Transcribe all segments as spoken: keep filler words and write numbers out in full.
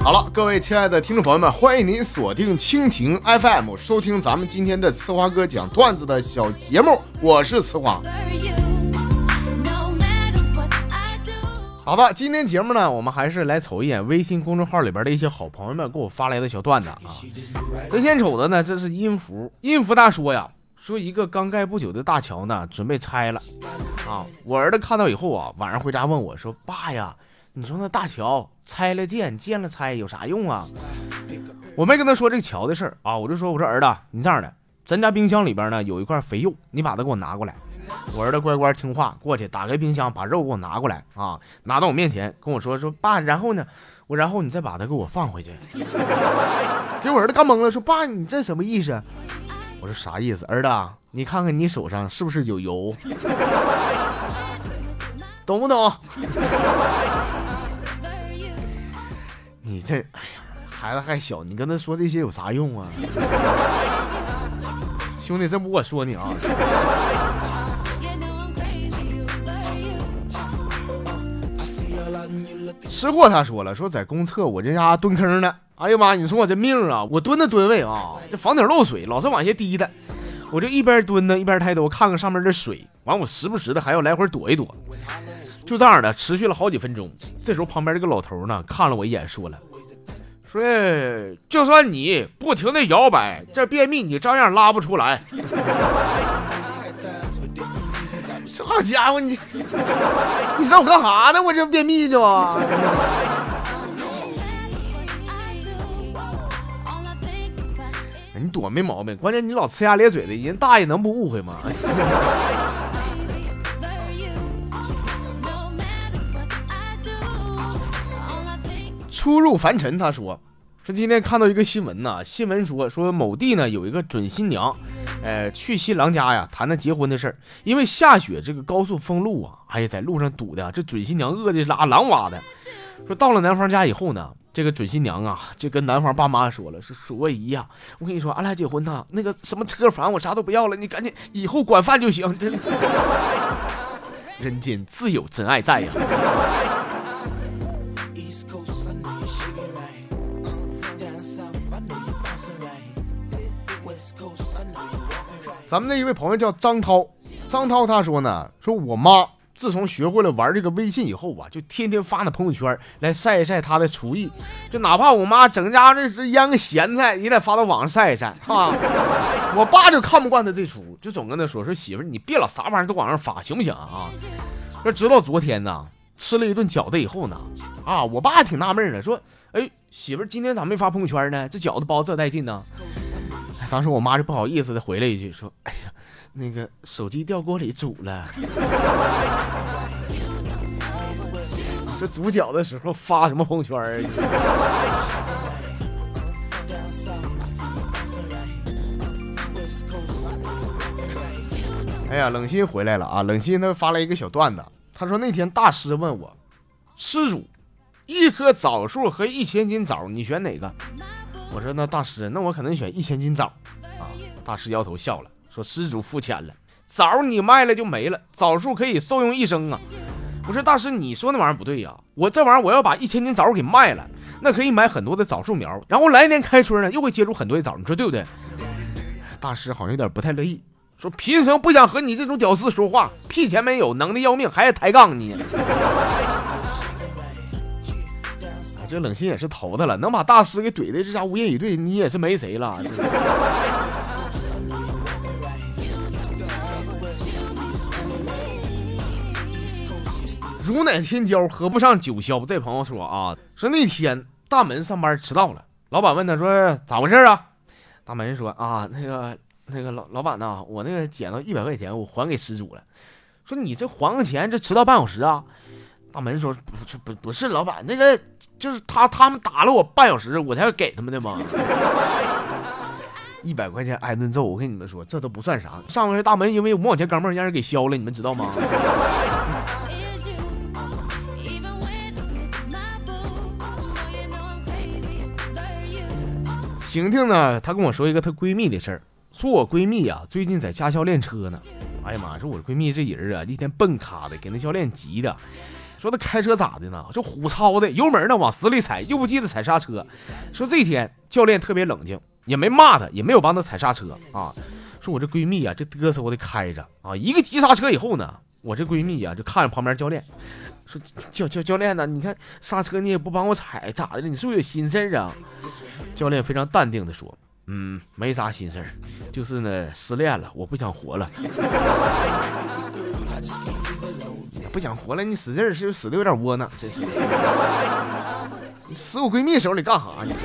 好了，各位亲爱的听众朋友们，欢迎您锁定蜻蜓 F M， 收听咱们今天的呲花哥讲段子的小节目，我是呲花。好的，今天节目呢，我们还是来瞅一眼微信公众号里边的一些好朋友们给我发来的小段子啊。咱先瞅的呢，这是音符，音符大说呀，说一个刚盖不久的大桥呢，准备拆了啊。我儿子看到以后啊，晚上回家问我说：“爸呀，你说那大桥拆了建，建了拆，有啥用啊？”我没跟他说这个桥的事儿啊，我就说：“我说儿子，你这样的，咱家冰箱里边呢有一块肥肉，你把它给我拿过来。”我儿子乖乖听话，过去打开冰箱，把肉给我拿过来啊，拿到我面前跟我说说爸，然后呢，我然后你再把它给我放回去。给我儿子干懵了，说爸，你这什么意思？我说啥意思？儿子，你看看你手上是不是有油？懂不懂？你这，哎呀，孩子还小，你跟他说这些有啥用啊？兄弟，这不我说你啊。吃货他说了，说在公厕我这家蹲坑呢，哎呀妈，你说我这命啊，我蹲的蹲位啊，这房顶漏水，老是往下滴的，我就一边蹲呢一边抬头看看上面的水，完我时不时的还要来回躲一躲，就这样的持续了好几分钟。这时候旁边这个老头呢看了我一眼，说了，说就算你不停的摇摆，这便秘你照样拉不出来。这好家伙，你你知道我干啥呢？我这便秘着啊！你躲没毛病，关键你老呲牙咧嘴的，人大爷能不误会吗？初入凡尘，他说说今天看到一个新闻呐，新闻说说某地呢有一个准新娘。呃，去新郎家呀，谈谈结婚的事儿。因为下雪，这个高速封路啊，哎呀，在路上堵的，这准新娘饿的拉狼哇的。说到了男方家以后呢，这个准新娘啊，就跟男方爸妈说了，是说姨呀，我跟你说，俺俩结婚呐，那个什么车房我啥都不要了，你赶紧以后管饭就行。人间自有真爱在呀。咱们的一位朋友叫张涛，张涛他说呢，说我妈自从学会了玩这个微信以后啊，就天天发那朋友圈来晒一晒她的厨艺，就哪怕我妈整家这是腌个咸菜，也得发到网上晒一晒啊。我爸就看不惯他这出，就总跟他说说媳妇你别老啥玩意儿都往上发，行不行啊？说直到昨天呢，吃了一顿饺子以后呢，啊，我爸挺纳闷的，说，哎，媳妇今天咋没发朋友圈呢？这饺子包这带劲呢？当时我妈就不好意思的回了一句，说，哎呀，那个手机掉锅里煮了。这煮饺的时候发什么朋友圈啊？哎呀，冷心回来了啊！冷心他发了一个小段子，他说那天大师问我，施主，一棵枣树和一千斤枣，你选哪个？我说那大师，那我可能选一千斤枣啊。大师摇头笑了，说施主肤浅了，枣你卖了就没了，枣树可以受用一生啊。我说大师，你说那玩意儿不对呀、啊，我这玩意儿我要把一千斤枣给卖了，那可以买很多的枣树苗，然后来年开春呢又会结出很多的枣，你说对不对？大师好像有点不太乐意，说贫僧不想和你这种屌丝说话，屁钱没有，能的要命，还抬杠你。这冷心也是头的了，能把大师给怼的这家无言以对，你也是没谁了。如乃天骄，合不上九霄。这朋友说啊，说那天大门上班迟到了，老板问他说咋回事啊？大门说啊，那个那个老老板呐，我那个捡到一百块钱，我还给失主了。说你这还个钱，这迟到半小时啊？大门说不是不不是老板，那个。就是他他们打了我半小时，我才要给他们的吗？一百块钱挨顿揍，我跟你们说，这都不算啥。上回大门因为五毛钱钢镚让人给削了，你们知道吗？婷婷呢，她跟我说一个她闺蜜的事儿，说我闺蜜啊最近在驾校练车呢。哎呀妈，说我闺蜜这人啊，一天笨咖的，给那教练急的。 说他开车咋的呢？就虎操的，油门呢往死里踩，又不记得踩刹车。说这天教练特别冷静，也没骂他，也没有帮他踩刹车啊。说我这闺蜜啊，这嘚瑟我得开着啊，一个急刹车以后呢，我这闺蜜啊就看着旁边教练，说教教教练呢，你看刹车你也不帮我踩，咋的了？你是不是有心事啊？教练非常淡定的说，嗯，没啥心事，就是呢失恋了，我不想活了。不想活了，你使劲是不是死的有点窝囊？真是，你死我闺蜜手里干啥呢？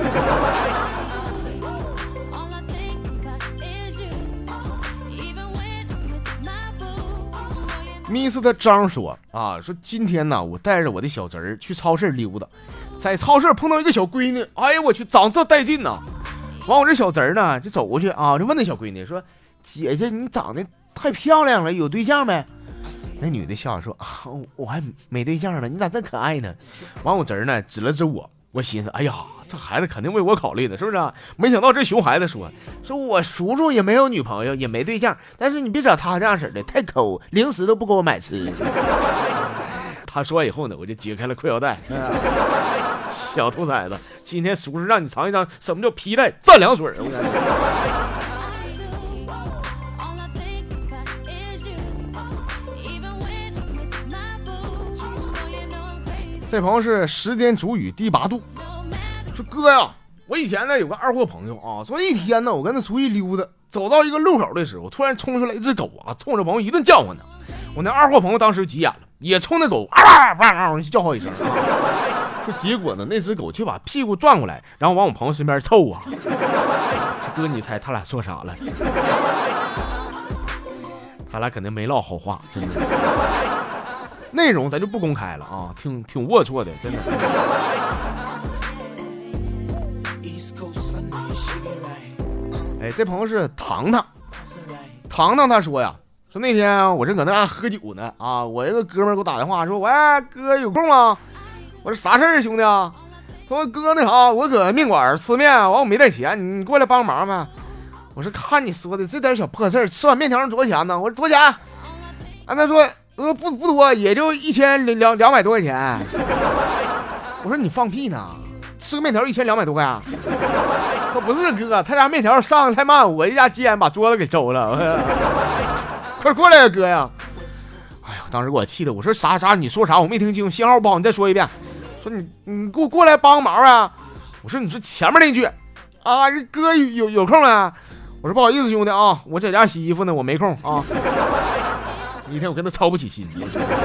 密斯特张说啊，说今天呢，我带着我的小侄儿去超市溜达，在超市碰到一个小闺女，哎呀我去，长这带劲呐！完我这小侄儿呢就走过去啊，就问那小闺女说：“姐姐，你长得太漂亮了，有对象没？”那女的笑着说：“啊，我还没对象呢，你咋这可爱呢？”完我侄儿呢指了指我，我寻思，哎呀，这孩子肯定为我考虑的，是不是啊？没想到这熊孩子说：“说我叔叔也没有女朋友，也没对象，但是你别找他这样式的，太抠，零食都不给我买吃。”他说完以后呢，我就解开了裤腰带。小兔崽子，今天叔叔让你尝一尝什么叫皮带蘸凉水。我感觉。这朋友是时间煮雨第八度，说哥呀，我以前呢有个二货朋友啊，说一天呢我跟他出去溜达，走到一个路口的时候，突然冲出来一只狗啊，冲着朋友一顿叫唤呢。我那二货朋友当时急眼了，也冲那狗啊啊啊叫好几声啊。说结果呢，那只狗却把屁股转过来，然后往我朋友身边凑啊。说哥，你猜他俩说啥了？他俩肯定没唠好话，真的。内容咱就不公开了啊，挺挺龌龊的，真的。哎，这朋友是糖糖，糖糖他说呀，说那天我这搁那嘎喝酒呢啊，我一个哥们儿给我打电话说，喂哥有空吗？我说啥事儿兄弟啊？他说哥那啥，我搁面馆吃面，完我没带钱，你过来帮忙呗。我说看你说的这点小破事儿，吃碗面条多少钱呢？我说多少钱？啊，他说。我说不不多，也就一千两两百多块钱。我说你放屁呢，吃个面条一千两百多块啊？可不是哥，他家面条上的太慢，我一下急眼把桌子给周了。快过来呀哥呀！哎呀，当时给我气的，我说啥啥你说啥我没听清，信号不好，你再说一遍。说你你给我过来帮个忙啊！我说你说前面那句啊，这哥有有有空啊？我说不好意思兄弟啊，我在家洗衣服呢，我没空啊。一天我跟他操不起心。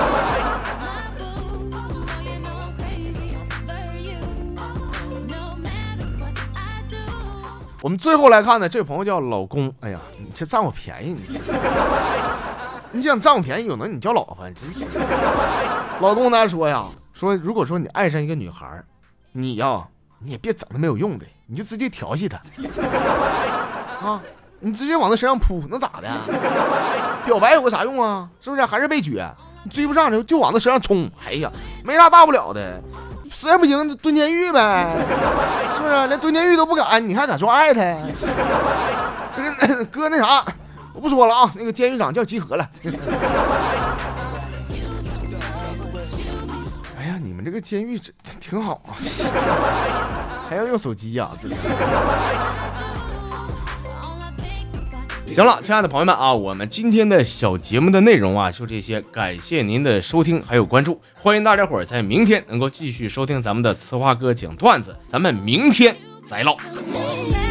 我们最后来看呢，这位朋友叫老公。哎呀，你这占我便宜，你你想占我便宜，有能你叫老婆，真是。老公他说呀，说如果说你爱上一个女孩，你呀你也别整那没有用的，你就直接调戏她啊。你直接往他身上扑，能咋的？表白有个啥用啊？是不是？还是被撅？你追不上就就往他身上冲。哎呀，没啥大不了的，实在不行就蹲监狱呗，是不是？连蹲监狱都不敢，你还敢说爱他？这个哥那啥，我不说了啊，那个监狱长叫集合了。哎呀，你们这个监狱这挺好啊，还要用手机呀、啊？这行了，亲爱的朋友们啊，我们今天的小节目的内容啊就这些，感谢您的收听还有关注，欢迎大家伙儿在明天能够继续收听咱们的词话哥讲段子，咱们明天再唠。